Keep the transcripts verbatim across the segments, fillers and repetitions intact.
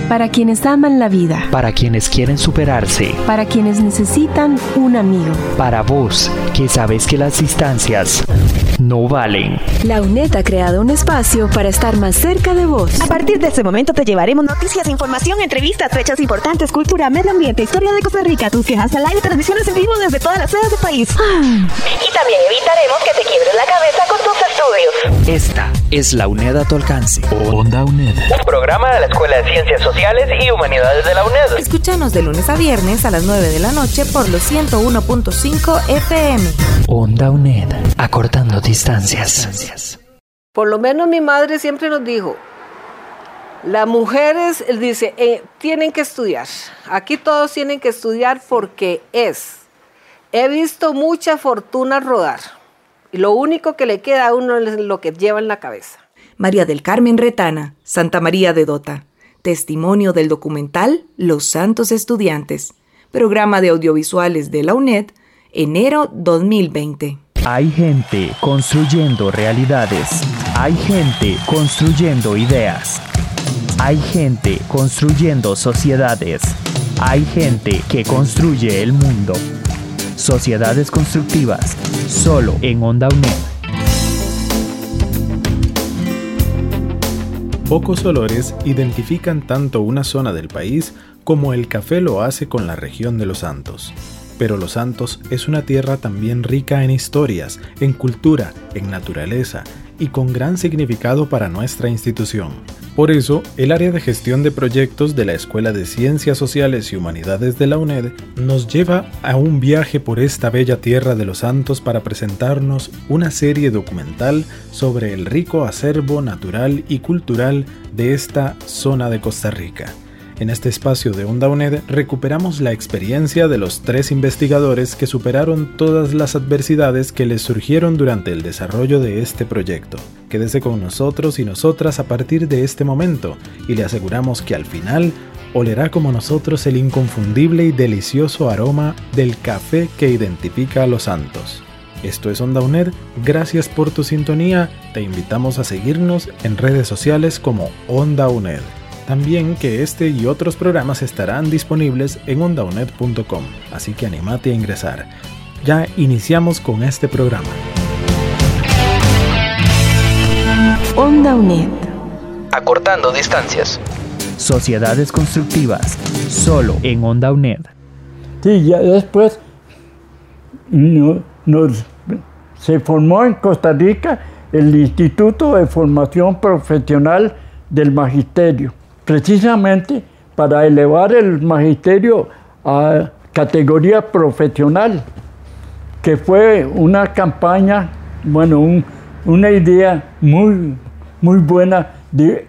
Para quienes aman la vida. Para quienes quieren superarse. Para quienes necesitan un amigo. Para vos, que sabes que las distancias no valen. La UNED ha creado un espacio para estar más cerca de vos. A partir de este momento te llevaremos noticias, información, entrevistas, fechas importantes, cultura, medio ambiente, historia de Costa Rica, tus quejas al aire, transmisiones en vivo desde todas las sedes del país. Ah. Y también evitaremos que te quiebres la cabeza con tus estudios. Esta es la UNED a tu alcance. Onda UNED. Un programa de la Escuela de Ciencias Sociales y Humanidades de la UNED. Escúchanos de lunes a viernes a las nueve de la noche por los ciento uno punto cinco F M. Onda UNED, acortando distancias. Por lo menos mi madre siempre nos dijo, las mujeres, dice, eh, tienen que estudiar. Aquí todos tienen que estudiar porque es. He visto mucha fortuna rodar. Y lo único que le queda a uno es lo que lleva en la cabeza. María del Carmen Retana, Santa María de Dota. Testimonio del documental Los Santos Estudiantes. Programa de audiovisuales de la UNED, enero dos mil veinte. Hay gente construyendo realidades. Hay gente construyendo ideas. Hay gente construyendo sociedades. Hay gente que construye el mundo. Sociedades constructivas, solo en Onda UNED. Pocos olores identifican tanto una zona del país como el café lo hace con la región de Los Santos. Pero Los Santos es una tierra también rica en historias, en cultura, en naturaleza y con gran significado para nuestra institución. Por eso, el área de gestión de proyectos de la Escuela de Ciencias Sociales y Humanidades de la UNED nos lleva a un viaje por esta bella tierra de Los Santos para presentarnos una serie documental sobre el rico acervo natural y cultural de esta zona de Costa Rica. En este espacio de Onda UNED recuperamos la experiencia de los tres investigadores que superaron todas las adversidades que les surgieron durante el desarrollo de este proyecto. Quédese con nosotros y nosotras a partir de este momento y le aseguramos que al final olerá como nosotros el inconfundible y delicioso aroma del café que identifica a Los Santos. Esto es Onda UNED, gracias por tu sintonía, te invitamos a seguirnos en redes sociales como Onda UNED. También que este y otros programas estarán disponibles en onda uned punto com, así que anímate a ingresar. Ya iniciamos con este programa. Onda UNED. Acortando distancias. Sociedades constructivas, solo en Onda UNED. Sí, ya después no, nos, se formó en Costa Rica el Instituto de Formación Profesional del Magisterio, precisamente para elevar el magisterio a categoría profesional, que fue una campaña, bueno, un, una idea muy, muy buena de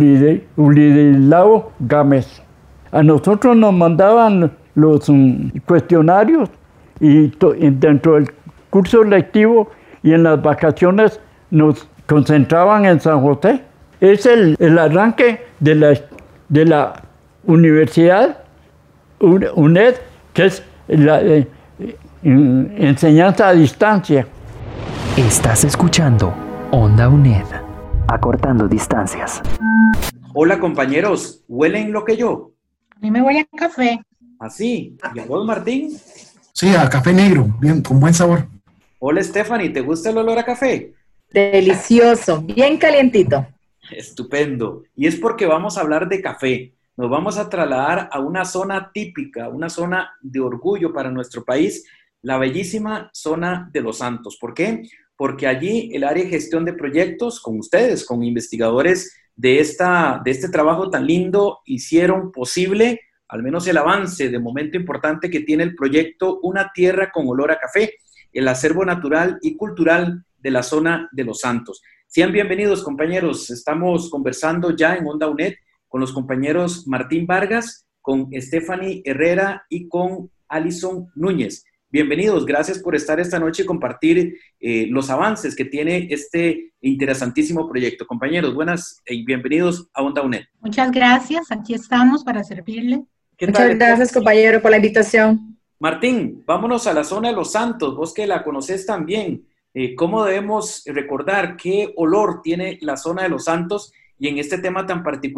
Ulidelao Gámez. A nosotros nos mandaban los um, cuestionarios y, to, y dentro del curso lectivo y en las vacaciones nos concentraban en San José. Es el, el arranque de la, de la universidad UNED, que es la eh, enseñanza a distancia. Estás escuchando Onda UNED, acortando distancias. Hola compañeros, ¿huelen lo que yo? A mí me huele a café. ¿Así? ¿Y a vos, Martín? Sí, a café negro, bien, con buen sabor. Hola Stephanie, ¿te gusta el olor a café? Delicioso, bien calientito. Estupendo. Y es porque vamos a hablar de café. Nos vamos a trasladar a una zona típica, una zona de orgullo para nuestro país, la bellísima zona de Los Santos. ¿Por qué? Porque allí el área de gestión de proyectos, con ustedes, con investigadores de, esta, de este trabajo tan lindo, hicieron posible, al menos el avance de momento importante que tiene el proyecto Una Tierra con Olor a Café, el acervo natural y cultural de la zona de Los Santos. Sean bienvenidos, compañeros. Estamos conversando ya en Onda UNED con los compañeros Martín Vargas, con Stephanie Herrera y con Alison Núñez. Bienvenidos, gracias por estar esta noche y compartir eh, los avances que tiene este interesantísimo proyecto. Compañeros, buenas y bienvenidos a Onda UNED. Muchas gracias, aquí estamos para servirle. Muchas gracias, compañero, por la invitación. Martín, vámonos a la zona de Los Santos, vos que la conocés también. Eh, ¿Cómo debemos recordar qué olor tiene la zona de Los Santos? Y en este tema tan particular,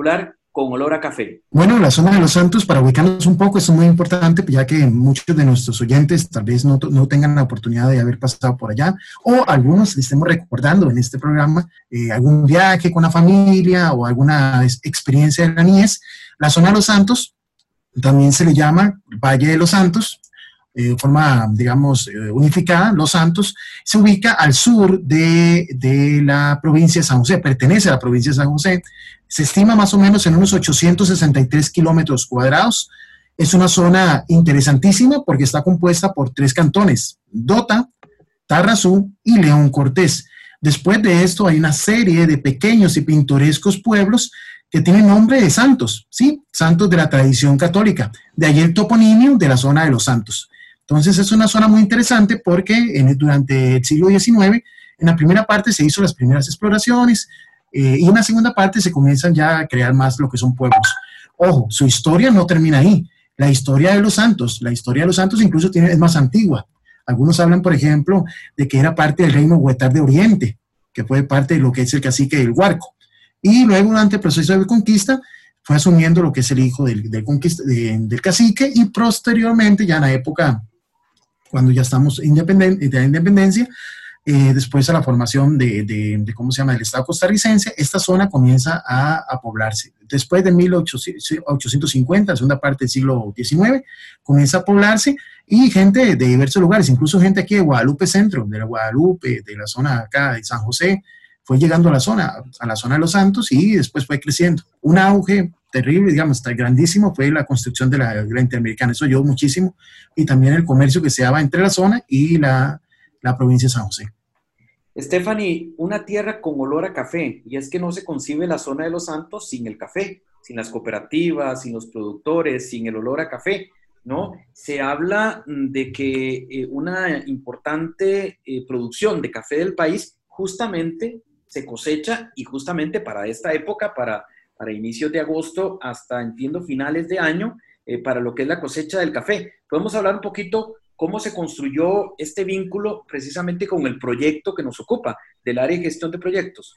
con olor a café? Bueno, la zona de Los Santos, para ubicarnos un poco, es muy importante, ya que muchos de nuestros oyentes tal vez no, no tengan la oportunidad de haber pasado por allá, o algunos estemos recordando en este programa eh, algún viaje con la familia o alguna experiencia de la niñez. La zona de Los Santos también se le llama Valle de los Santos, de eh, forma, digamos, eh, unificada. Los Santos se ubica al sur de, de la provincia de San José, pertenece a la provincia de San José. Se estima más o menos en unos ochocientos sesenta y tres kilómetros cuadrados. Es una zona interesantísima porque está compuesta por tres cantones: Dota, Tarrazú y León Cortés. Después de esto hay una serie de pequeños y pintorescos pueblos que tienen nombre de santos, ¿sí? Santos de la tradición católica. De ahí el toponimio de la zona de Los Santos. Entonces es una zona muy interesante porque en, durante el siglo diecinueve, en la primera parte se hizo las primeras exploraciones eh, y en la segunda parte se comienzan ya a crear más lo que son pueblos. Ojo, su historia no termina ahí. La historia de los santos, la historia de los santos incluso tiene, es más antigua. Algunos hablan, por ejemplo, de que era parte del reino Huetar de Oriente, que fue parte de lo que es el cacique del Huarco. Y luego durante el proceso de conquista fue asumiendo lo que es el hijo del, del, conquista, de, del cacique, y posteriormente ya en la época cuando ya estamos independen de la independencia, eh, después a la formación de, de, de, ¿cómo se llama?, del Estado costarricense, esta zona comienza a, a poblarse. Después de mil ochocientos cincuenta, la segunda parte del siglo diecinueve, comienza a poblarse, y gente de diversos lugares, incluso gente aquí de Guadalupe Centro, de la Guadalupe, de la zona acá de San José, fue llegando a la zona, a la zona de Los Santos, y después fue creciendo. Un auge terrible, digamos, grandísimo, fue la construcción de la, de la Interamericana. Eso ayudó muchísimo, y también el comercio que se daba entre la zona y la, la provincia de San José. Stephanie, una tierra con olor a café, y es que no se concibe la zona de Los Santos sin el café, sin las cooperativas, sin los productores, sin el olor a café, ¿no? Se habla de que eh, una importante eh, producción de café del país justamente se cosecha, y justamente para esta época, para, para inicios de agosto hasta, entiendo, finales de año, eh, para lo que es la cosecha del café. ¿Podemos hablar un poquito cómo se construyó este vínculo precisamente con el proyecto que nos ocupa, del área de gestión de proyectos?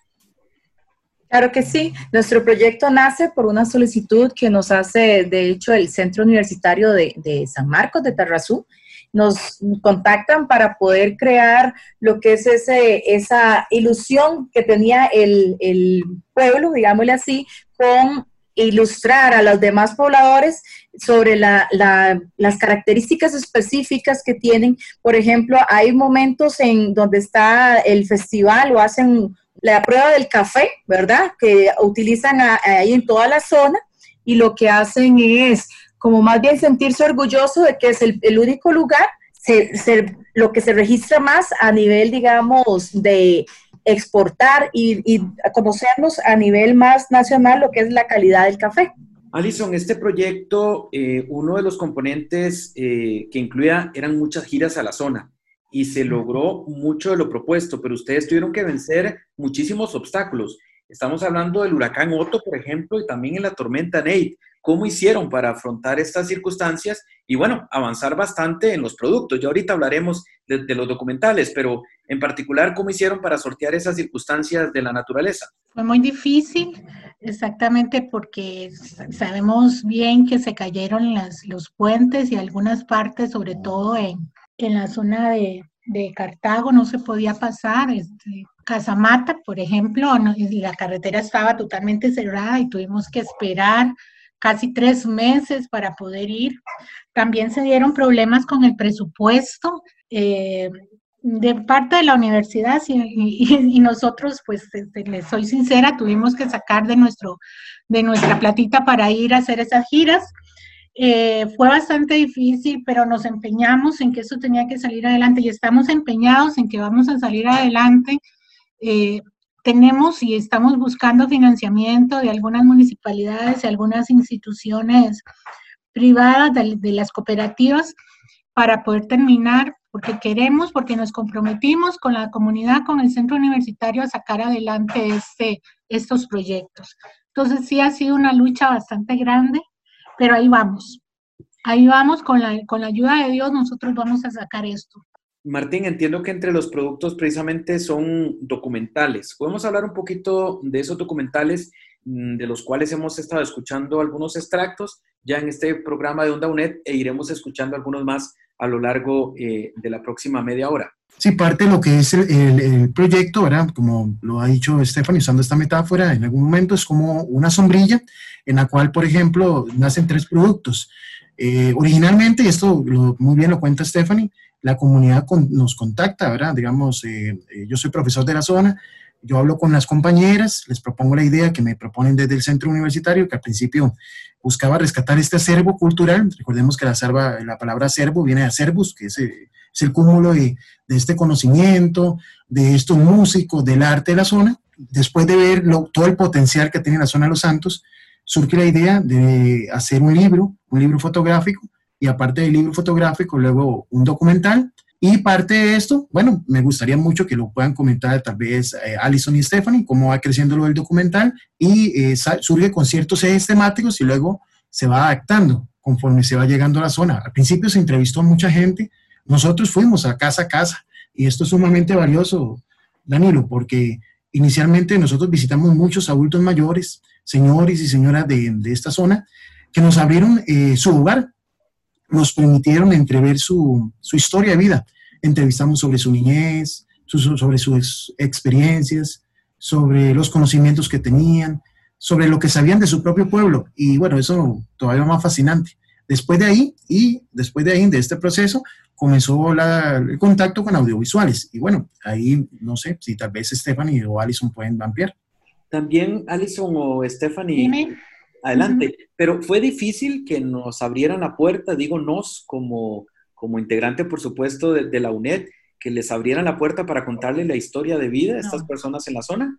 Claro que sí. Nuestro proyecto nace por una solicitud que nos hace, de hecho, el Centro Universitario de, de San Marcos de Tarrazú. Nos contactan para poder crear lo que es ese, esa ilusión que tenía el, el pueblo, digámosle así, con ilustrar a los demás pobladores sobre la, la, las características específicas que tienen. Por ejemplo, hay momentos en donde está el festival o hacen la prueba del café, ¿verdad?, que utilizan a, ahí en toda la zona, y lo que hacen es como más bien sentirse orgulloso de que es el, el único lugar, se, se, lo que se registra más a nivel, digamos, de exportar y, y conocernos a nivel más nacional lo que es la calidad del café. Alison, este proyecto, eh, uno de los componentes eh, que incluía eran muchas giras a la zona, y se logró mucho de lo propuesto, pero ustedes tuvieron que vencer muchísimos obstáculos. Estamos hablando del huracán Otto, por ejemplo, y también en la tormenta Nate. ¿Cómo hicieron para afrontar estas circunstancias y, bueno, avanzar bastante en los productos? Ya ahorita hablaremos de, de los documentales, pero en particular, ¿cómo hicieron para sortear esas circunstancias de la naturaleza? Fue muy difícil, exactamente porque sabemos bien que se cayeron las, los puentes, y algunas partes, sobre todo en, en la zona de, de Cartago, no se podía pasar. Este, Casamata, por ejemplo, no, la carretera estaba totalmente cerrada y tuvimos que esperar casi tres meses para poder ir. También se dieron problemas con el presupuesto eh, de parte de la universidad, y, y, y nosotros, pues, este, les soy sincera, tuvimos que sacar de, nuestro, de nuestra platita para ir a hacer esas giras. Eh, fue bastante difícil, pero nos empeñamos en que eso tenía que salir adelante, y estamos empeñados en que vamos a salir adelante. Eh, Tenemos y estamos buscando financiamiento de algunas municipalidades y algunas instituciones privadas de, de las cooperativas para poder terminar, porque queremos, porque nos comprometimos con la comunidad, con el centro universitario, a sacar adelante este, estos proyectos. Entonces sí ha sido una lucha bastante grande, pero ahí vamos. Ahí vamos, con la, con la ayuda de Dios, nosotros vamos a sacar esto. Martín, entiendo que entre los productos precisamente son documentales. ¿Podemos hablar un poquito de esos documentales de los cuales hemos estado escuchando algunos extractos ya en este programa de Onda UNED, e iremos escuchando algunos más a lo largo eh, de la próxima media hora. Sí, parte de lo que es el, el, el proyecto, ¿verdad? Como lo ha dicho Stephanie, usando esta metáfora, en algún momento es como una sombrilla en la cual, por ejemplo, nacen tres productos. Eh, originalmente, y esto lo, muy bien lo cuenta Stephanie, la comunidad con, nos contacta, ¿verdad? Digamos, eh, eh, yo soy profesor de la zona, yo hablo con las compañeras, les propongo la idea que me proponen desde el centro universitario, que al principio buscaba rescatar este acervo cultural. Recordemos que la, acerva, la palabra acervo viene de acervus, que es, es el cúmulo de, de este conocimiento, de estos músicos, del arte de la zona. Después de ver lo, todo el potencial que tiene la zona de Los Santos, surge la idea de hacer un libro, un libro fotográfico, y aparte del libro fotográfico, luego un documental. Y parte de esto, bueno, me gustaría mucho que lo puedan comentar tal vez eh, Alison y Stephanie, cómo va creciendo lo del documental, y eh, surge con ciertos ejes temáticos y luego se va adaptando conforme se va llegando a la zona. Al principio se entrevistó a mucha gente, nosotros fuimos a casa a casa, y esto es sumamente valioso, Danilo, porque inicialmente nosotros visitamos muchos adultos mayores, señores y señoras de, de esta zona, que nos abrieron eh, su hogar, nos permitieron entrever su, su historia de vida. Entrevistamos sobre su niñez, su, sobre sus experiencias, sobre los conocimientos que tenían, sobre lo que sabían de su propio pueblo. Y bueno, eso todavía más fascinante. Después de ahí, y después de ahí, de este proceso, comenzó la, el contacto con audiovisuales. Y bueno, ahí no sé si tal vez Stephanie o Alison pueden ampliar. También Alison o Stephanie. Dime. Adelante, uh-huh. Pero fue difícil que nos abrieran la puerta, digo nos como, como integrante, por supuesto, de, de la UNED, que les abrieran la puerta para contarle la historia de vida de no. estas personas en la zona.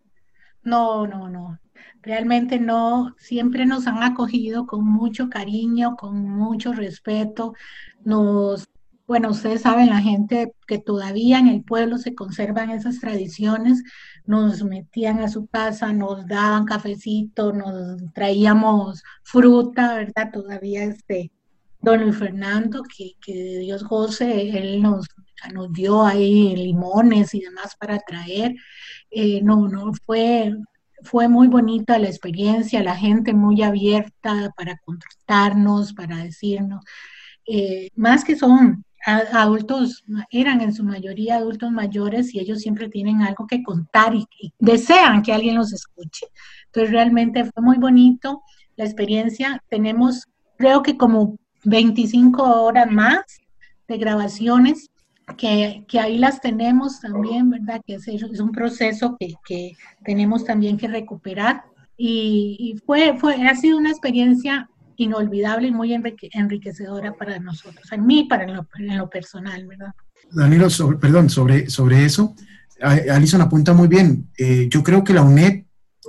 No, no, no, realmente no, siempre nos han acogido con mucho cariño, con mucho respeto, nos, bueno, ustedes saben, la gente que todavía en el pueblo se conservan esas tradiciones, nos metían a su casa, nos daban cafecito, nos traíamos fruta, ¿verdad? Todavía este, don Luis Fernando, que, que Dios goce, él nos, nos dio ahí limones y demás para traer. Eh, no, no, fue, fue muy bonita la experiencia, la gente muy abierta para contactarnos, para decirnos, eh, más que son adultos, eran en su mayoría adultos mayores y ellos siempre tienen algo que contar y, y desean que alguien los escuche. Entonces realmente fue muy bonito la experiencia. Tenemos creo que como veinticinco horas más de grabaciones que, que ahí las tenemos también, ¿verdad? Que es, es un proceso que, que tenemos también que recuperar y, y fue, fue, ha sido una experiencia inolvidable y muy enrique, enriquecedora para nosotros, en mí, para en lo, en lo personal, ¿verdad? Danilo, sobre, perdón, sobre, sobre eso, Alison apunta muy bien. Eh, yo creo que la UNED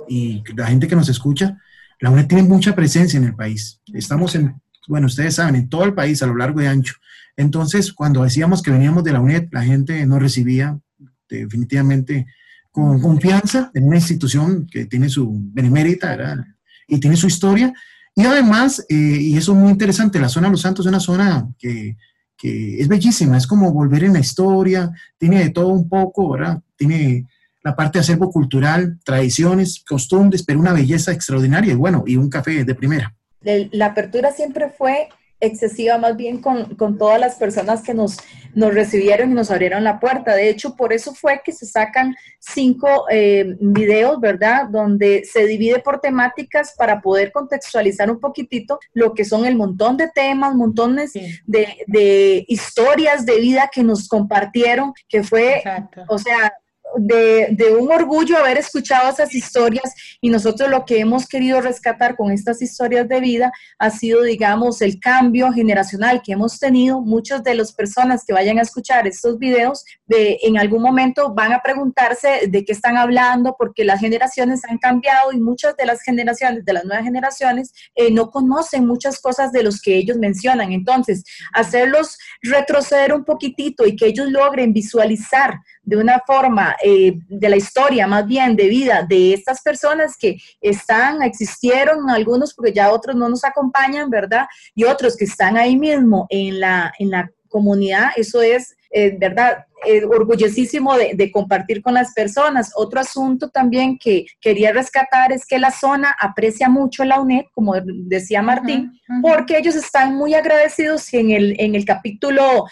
y la gente que nos escucha, la UNED tiene mucha presencia en el país. Estamos en, bueno, ustedes saben, en todo el país, a lo largo y ancho. Entonces, cuando decíamos que veníamos de la UNED, la gente nos recibía definitivamente con confianza en una institución que tiene su benemérita, ¿verdad? Y tiene su historia. Y además, eh, y eso es muy interesante, la zona de Los Santos es una zona que, que es bellísima, es como volver en la historia, tiene de todo un poco, ¿verdad? Tiene la parte de acervo cultural, tradiciones, costumbres, pero una belleza extraordinaria y bueno, y un café de primera. La apertura siempre fue excesiva, más bien con, con todas las personas que nos, nos recibieron y nos abrieron la puerta. De hecho, por eso fue que se sacan cinco eh, videos, ¿verdad? Donde se divide por temáticas para poder contextualizar un poquitito lo que son el montón de temas, montones sí. de, de historias de vida que nos compartieron, que fue, Exacto. o sea... De, de un orgullo haber escuchado esas historias y nosotros lo que hemos querido rescatar con estas historias de vida ha sido, digamos, el cambio generacional que hemos tenido. Muchas de las personas que vayan a escuchar estos videos de, en algún momento van a preguntarse de qué están hablando porque las generaciones han cambiado y muchas de las generaciones, de las nuevas generaciones, eh, no conocen muchas cosas de los que ellos mencionan. Entonces, hacerlos retroceder un poquitito y que ellos logren visualizar de una forma eh, de la historia, más bien de vida de estas personas que están, existieron, algunos porque ya otros no nos acompañan, ¿verdad? Y otros que están ahí mismo en la, en la comunidad, eso es, eh, ¿verdad?, eh, orgullosísimo de, de compartir con las personas. Otro asunto también que quería rescatar es que la zona aprecia mucho la UNED, como decía Martín, uh-huh, uh-huh. porque ellos están muy agradecidos en el, en el capítulo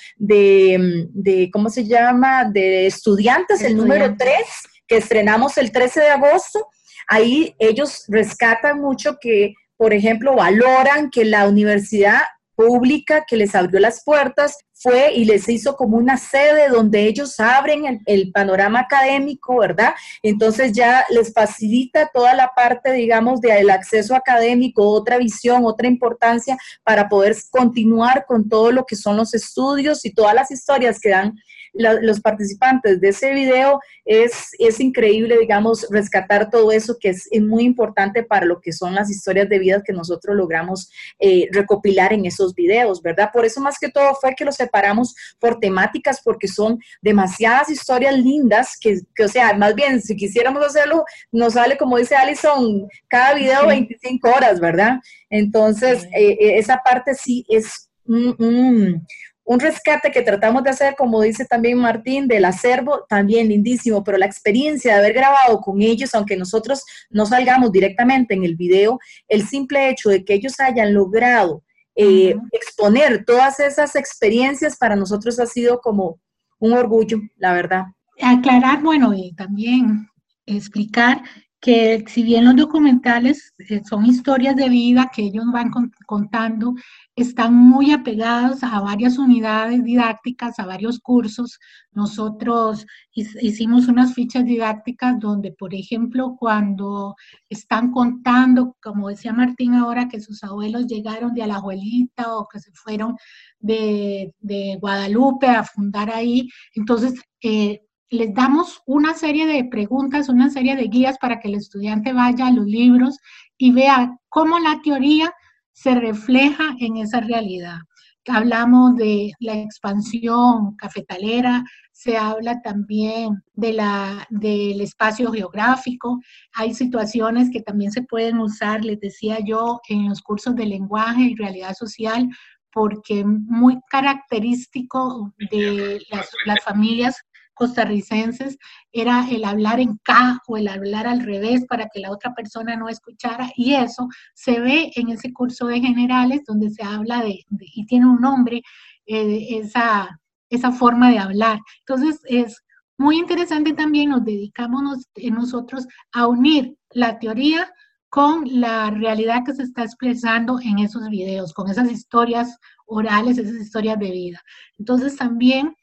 de, de, ¿cómo se llama?, de estudiantes, estudiantes. el número tres, que estrenamos el trece de agosto. Ahí ellos rescatan mucho que, por ejemplo, valoran que la universidad pública que les abrió las puertas fue y les hizo como una sede donde ellos abren el, el panorama académico, ¿verdad? Entonces ya les facilita toda la parte, digamos, del acceso académico, otra visión, otra importancia para poder continuar con todo lo que son los estudios y todas las historias que dan la, los participantes de ese video. Es, es increíble, digamos, rescatar todo eso que es, es muy importante para lo que son las historias de vida que nosotros logramos eh, recopilar en esos videos, ¿verdad? Por eso más que todo fue que los separamos por temáticas, porque son demasiadas historias lindas que, que, o sea, más bien, si quisiéramos hacerlo, nos sale, como dice Alison, cada video veinticinco horas, ¿verdad? Entonces, eh, esa parte sí es un, un, un rescate que tratamos de hacer, como dice también Martín, del acervo, también lindísimo, pero la experiencia de haber grabado con ellos, aunque nosotros no salgamos directamente en el video, el simple hecho de que ellos hayan logrado Eh, uh-huh. exponer todas esas experiencias para nosotros ha sido como un orgullo, la verdad. Aclarar, bueno, y también explicar que si bien los documentales eh, son historias de vida que ellos van con, contando, están muy apegados a varias unidades didácticas, a varios cursos. Nosotros hicimos unas fichas didácticas donde, por ejemplo, cuando están contando, como decía Martín ahora, que sus abuelos llegaron de Alajuelita o que se fueron de, de Guadalupe a fundar ahí, entonces eh, les damos una serie de preguntas, una serie de guías para que el estudiante vaya a los libros y vea cómo la teoría se refleja en esa realidad. Hablamos de la expansión cafetalera, se habla también de la, del espacio geográfico. Hay situaciones que también se pueden usar, les decía yo, en los cursos de lenguaje y realidad social, porque muy característico de las, las familias costarricenses era el hablar en K o el hablar al revés para que la otra persona no escuchara, y eso se ve en ese curso de generales donde se habla de, de y tiene un nombre, eh, esa, esa forma de hablar. Entonces es muy interesante también, nos dedicamos nos, nosotros a unir la teoría con la realidad que se está expresando en esos videos, con esas historias orales, esas historias de vida. Entonces también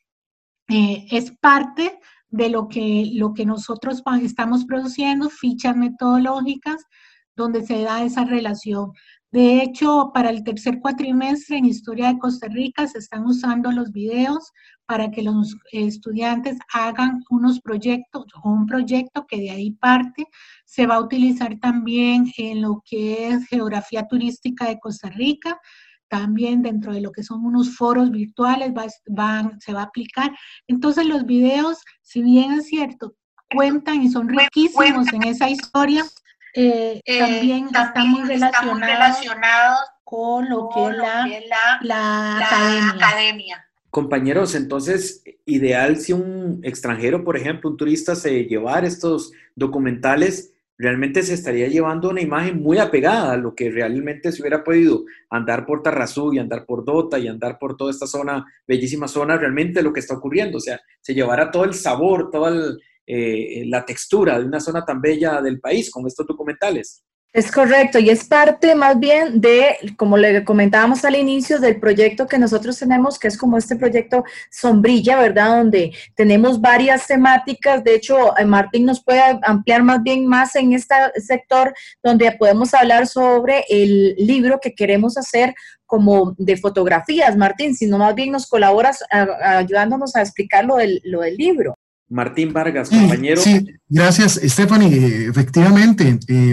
Eh, es parte de lo que, lo que nosotros estamos produciendo, fichas metodológicas, donde se da esa relación. De hecho, para el tercer cuatrimestre en Historia de Costa Rica se están usando los videos para que los estudiantes hagan unos proyectos o un proyecto que de ahí parte. Se va a utilizar también en lo que es geografía turística de Costa Rica. También dentro de lo que son unos foros virtuales va, van, se va a aplicar. Entonces los videos, si bien es cierto, cuentan y son riquísimos en esa historia, eh, eh, también, también están muy relacionados, relacionados con lo que es la, la, la, la academia. academia. Compañeros, entonces, ideal si un extranjero, por ejemplo, un turista se llevara estos documentales, realmente se estaría llevando una imagen muy apegada a lo que realmente se hubiera podido andar por Tarrazú y andar por Dota y andar por toda esta zona, bellísima zona, realmente lo que está ocurriendo. O sea, se llevará todo el sabor, toda el, eh, la textura de una zona tan bella del país con estos documentales. Es correcto, y es parte más bien de, como le comentábamos al inicio, del proyecto que nosotros tenemos, que es como este proyecto Sombrilla, ¿verdad? Donde tenemos varias temáticas. De hecho, Martín nos puede ampliar más bien más en este sector, donde podemos hablar sobre el libro que queremos hacer como de fotografías. Martín, si no más bien nos colaboras a, a, ayudándonos a explicar lo del, lo del libro. Martín Vargas, compañero. Sí, sí, gracias, Stephanie. Efectivamente, eh,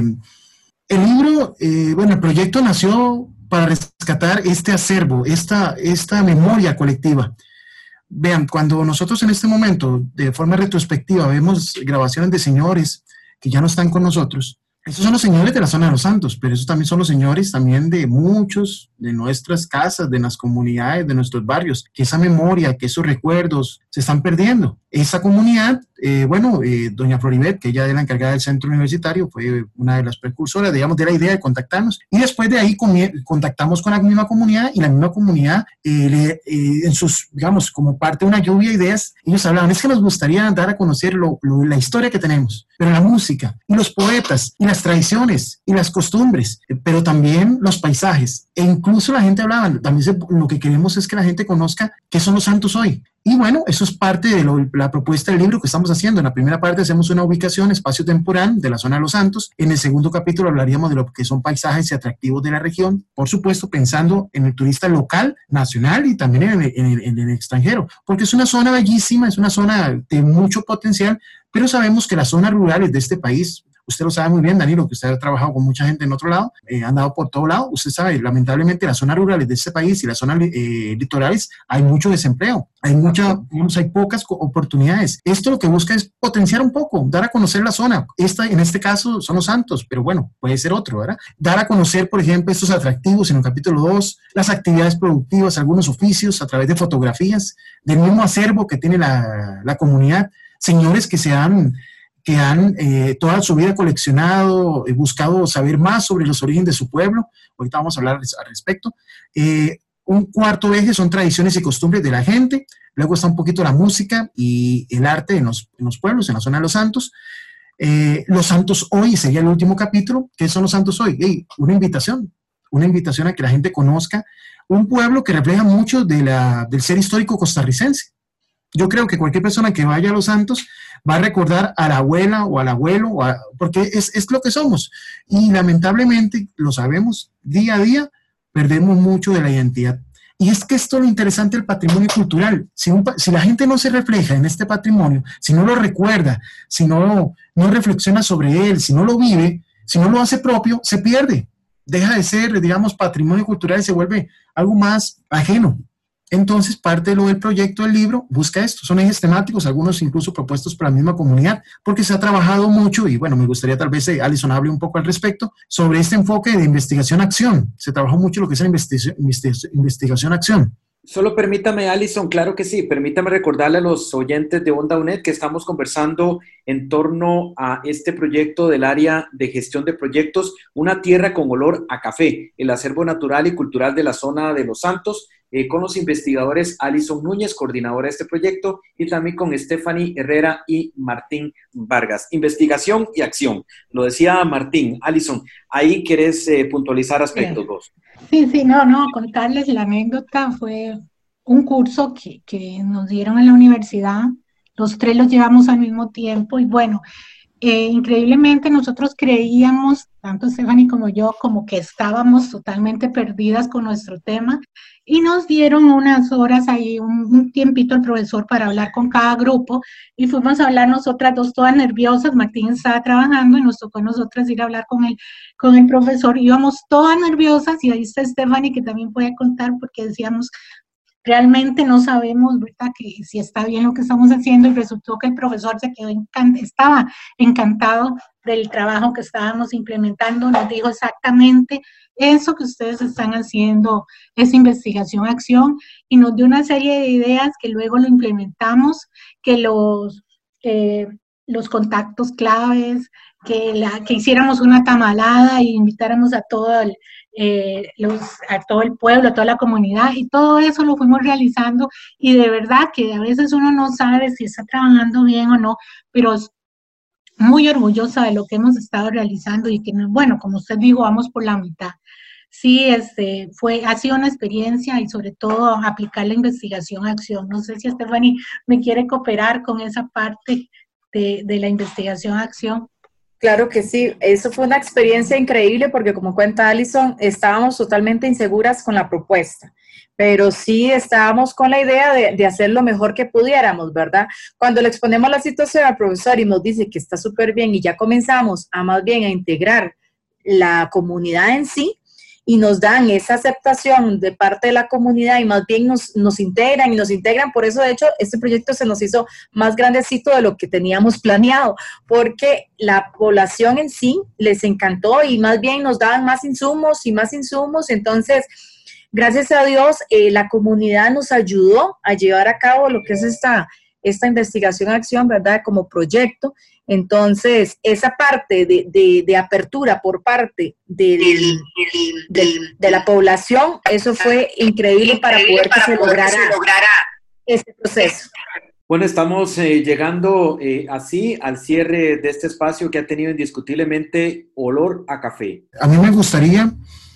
el libro, eh, bueno, el proyecto nació para rescatar este acervo, esta, esta memoria colectiva. Vean, cuando nosotros en este momento, de forma retrospectiva, vemos grabaciones de señores que ya no están con nosotros, Esos son los señores de la zona de Los Santos, pero esos también son los señores también de muchos de nuestras casas, de las comunidades, de nuestros barrios, que esa memoria, que esos recuerdos se están perdiendo. Esa comunidad, eh, bueno, eh, doña Floribet, que ella es la encargada del centro universitario, fue una de las precursoras, digamos, de la idea de contactarnos, y después de ahí contactamos con la misma comunidad, y la misma comunidad, eh, le, eh, en sus, digamos, como parte de una lluvia de ideas, ellos hablaban, es que nos gustaría dar a conocer lo, lo, la historia que tenemos, pero la música, y los poetas, y las tradiciones, y las costumbres, pero también los paisajes, e incluso la gente hablaba, también se, lo que queremos es que la gente conozca qué son los santos hoy. Y bueno, eso es parte de lo, la propuesta del libro que estamos haciendo. En la primera parte hacemos una ubicación espacio-temporal de la zona de Los Santos. En el segundo capítulo hablaríamos de lo que son paisajes y atractivos de la región, por supuesto pensando en el turista local, nacional y también en el, en el, en el extranjero, porque es una zona bellísima, es una zona de mucho potencial, pero sabemos que las zonas rurales de este país, usted lo sabe muy bien, Danilo, que usted ha trabajado con mucha gente en otro lado, eh, ha andado por todo lado, usted sabe, lamentablemente las zonas rurales de este país y las zonas eh, litorales hay mucho desempleo, hay mucha, digamos, hay pocas oportunidades. Esto lo que busca es potenciar un poco, dar a conocer la zona. Esta, en este caso son Los Santos, pero bueno, puede ser otro, ¿verdad? Dar a conocer, por ejemplo, estos atractivos en el capítulo dos, las actividades productivas, algunos oficios a través de fotografías, del mismo acervo que tiene la, la comunidad, señores que se han que han eh, toda su vida coleccionado, eh, buscado saber más sobre los orígenes de su pueblo. Ahorita vamos a hablar al respecto. Eh, un cuarto eje son tradiciones y costumbres de la gente. Luego está un poquito la música y el arte en los, en los pueblos, en la zona de Los Santos. Eh, los Santos hoy sería el último capítulo. ¿Qué son los Santos hoy? Hey, una invitación, una invitación a que la gente conozca un pueblo que refleja mucho de la, del ser histórico costarricense. Yo creo que cualquier persona que vaya a Los Santos va a recordar a la abuela o al abuelo, o a, porque es, es lo que somos. Y lamentablemente, lo sabemos, día a día perdemos mucho de la identidad. Y es que esto es lo interesante del patrimonio cultural. Si, un, si la gente no se refleja en este patrimonio, si no lo recuerda, si no, no reflexiona sobre él, si no lo vive, si no lo hace propio, se pierde. Deja de ser, digamos, patrimonio cultural y se vuelve algo más ajeno. Entonces, parte de lo del proyecto del libro busca esto, son ejes temáticos, algunos incluso propuestos por la misma comunidad, porque se ha trabajado mucho, y bueno, me gustaría tal vez eh, Alison hable un poco al respecto, sobre este enfoque de investigación-acción. Se trabajó mucho lo que es la investigación-acción. Solo permítame, Alison, claro que sí, permítame recordarle a los oyentes de Onda U N E D que estamos conversando en torno a este proyecto del área de gestión de proyectos, Una tierra con olor a café, el acervo natural y cultural de la zona de Los Santos, eh, con los investigadores Alison Núñez, coordinadora de este proyecto, y también con Stephanie Herrera y Martín Vargas. Investigación y acción. Lo decía Martín. Alison, ahí querés eh, puntualizar aspectos vos. Sí, sí, no, no, contarles la anécdota. Fue un curso que, que nos dieron en la universidad, los tres los llevamos al mismo tiempo y bueno, eh, increíblemente nosotros creíamos, tanto Stephanie como yo, como que estábamos totalmente perdidas con nuestro tema y nos dieron unas horas ahí, un, un tiempito el profesor para hablar con cada grupo y fuimos a hablar nosotras dos todas nerviosas. Martín estaba trabajando y nos tocó a nosotras ir a hablar con el, con el profesor, íbamos todas nerviosas y ahí está Stephanie que también puede contar porque decíamos, realmente no sabemos, ¿verdad?, que si está bien lo que estamos haciendo, y resultó que el profesor se quedó encantado, estaba encantado del trabajo que estábamos implementando, nos dijo exactamente eso que ustedes están haciendo, es investigación, acción, y nos dio una serie de ideas que luego lo implementamos, que los, eh, los contactos claves, que, la, que hiciéramos una tamalada y invitáramos a todo el, eh, los, a todo el pueblo, a toda la comunidad, y todo eso lo fuimos realizando, y de verdad que a veces uno no sabe si está trabajando bien o no, pero muy orgullosa de lo que hemos estado realizando, y que, bueno, como usted dijo, vamos por la mitad. Sí, este, fue, ha sido una experiencia, y sobre todo aplicar la investigación a acción. No sé si Stephanie me quiere cooperar con esa parte de, de la investigación a acción. Claro que sí, eso fue una experiencia increíble porque, como cuenta Alison, estábamos totalmente inseguras con la propuesta, pero sí estábamos con la idea de, de hacer lo mejor que pudiéramos, ¿verdad? Cuando le exponemos la situación al profesor y nos dice que está súper bien y ya comenzamos a más bien a integrar la comunidad en sí, y nos dan esa aceptación de parte de la comunidad y más bien nos, nos integran y nos integran. Por eso, de hecho, este proyecto se nos hizo más grandecito de lo que teníamos planeado, porque la población en sí les encantó y más bien nos daban más insumos y más insumos. Entonces, gracias a Dios, eh, la comunidad nos ayudó a llevar a cabo lo que es esta, esta investigación-acción, ¿verdad?, como proyecto. Entonces, esa parte de, de, de apertura por parte de, de, de, de la población, eso fue increíble, increíble para poder para que se lograra, se lograra este proceso. Bueno, estamos eh, llegando eh, así al cierre de este espacio que ha tenido indiscutiblemente olor a café. A mí me gustaría,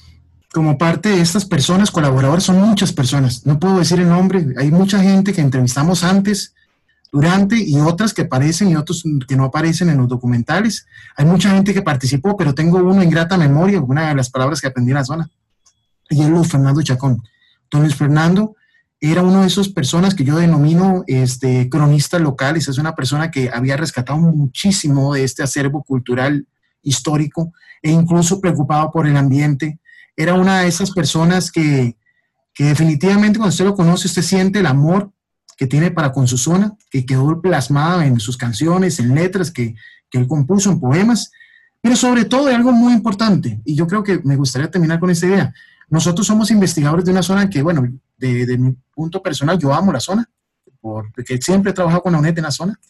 como parte de estas personas, colaboradores, son muchas personas, no puedo decir el nombre, hay mucha gente que entrevistamos antes, durante y otras que aparecen y otros que no aparecen en los documentales. Hay mucha gente que participó, pero tengo uno en grata memoria, una de las palabras que aprendí en la zona, y es Luis Fernando Chacón. Don Luis Fernando era una de esas personas que yo denomino este, cronistas locales. Es una persona que había rescatado muchísimo de este acervo cultural histórico e incluso preocupado por el ambiente. Era una de esas personas que, que definitivamente cuando usted lo conoce, usted siente el amor que tiene para con su zona, que quedó plasmada en sus canciones, en letras que, que él compuso, en poemas, pero sobre todo de algo muy importante, y yo creo que me gustaría terminar con esta idea. Nosotros somos investigadores de una zona que, bueno, de, de mi punto personal, yo amo la zona, porque siempre he trabajado con la UNED en la zona,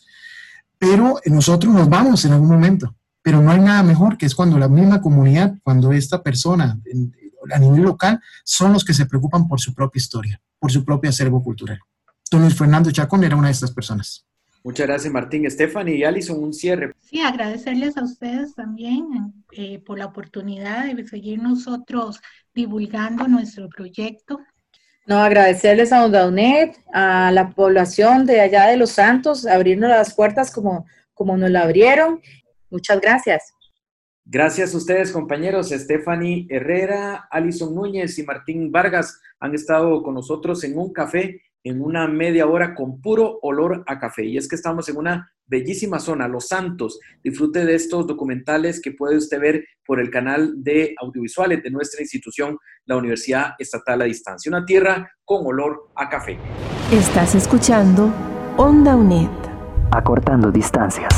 pero nosotros nos vamos en algún momento, pero no hay nada mejor que es cuando la misma comunidad, cuando esta persona a nivel local, son los que se preocupan por su propia historia, por su propio acervo cultural. Don Luis Fernando Chacón era una de estas personas. Muchas gracias, Martín. Stephanie y Alison, un cierre. Sí, agradecerles a ustedes también eh, por la oportunidad de seguir nosotros divulgando nuestro proyecto. No, agradecerles a UNED, a la población de allá de Los Santos, abrirnos las puertas como, como nos la abrieron. Muchas gracias. Gracias a ustedes, compañeros. Stephanie Herrera, Alison Núñez y Martín Vargas han estado con nosotros en un café en una media hora con puro olor a café. Y es que estamos en una bellísima zona, Los Santos. Disfrute de estos documentales que puede usted ver por el canal de audiovisuales de nuestra institución, la Universidad Estatal a Distancia. Una tierra con olor a café. Estás escuchando Onda UNED. Acortando distancias.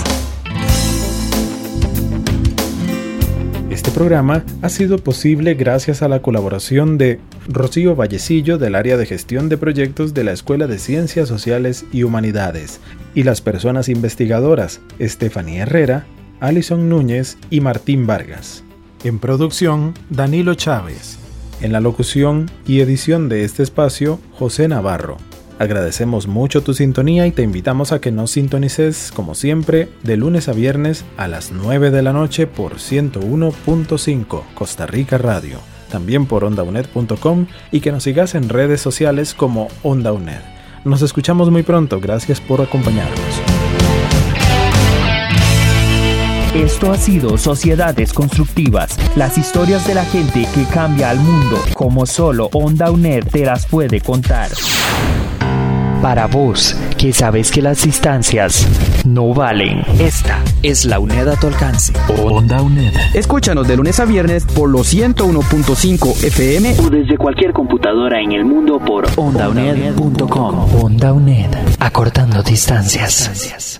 Este programa ha sido posible gracias a la colaboración de Rocío Vallecillo del área de gestión de proyectos de la Escuela de Ciencias Sociales y Humanidades y las personas investigadoras Stephanie Herrera, Alison Núñez y Martín Vargas. En producción, Danilo Chávez. En la locución y edición de este espacio, José Navarro. Agradecemos mucho tu sintonía y te invitamos a que nos sintonices, como siempre, de lunes a viernes a las nueve de la noche por ciento uno punto cinco Costa Rica Radio, también por onda uned punto com y que nos sigas en redes sociales como Onda UNED. Nos escuchamos muy pronto, gracias por acompañarnos. Esto ha sido Sociedades Constructivas, las historias de la gente que cambia al mundo, como solo Onda UNED te las puede contar. Para vos, que sabes que las distancias no valen. Esta es la UNED a tu alcance. Onda UNED. Escúchanos de lunes a viernes por los ciento uno punto cinco F M o desde cualquier computadora en el mundo por onda uned punto com. Onda UNED, acortando distancias.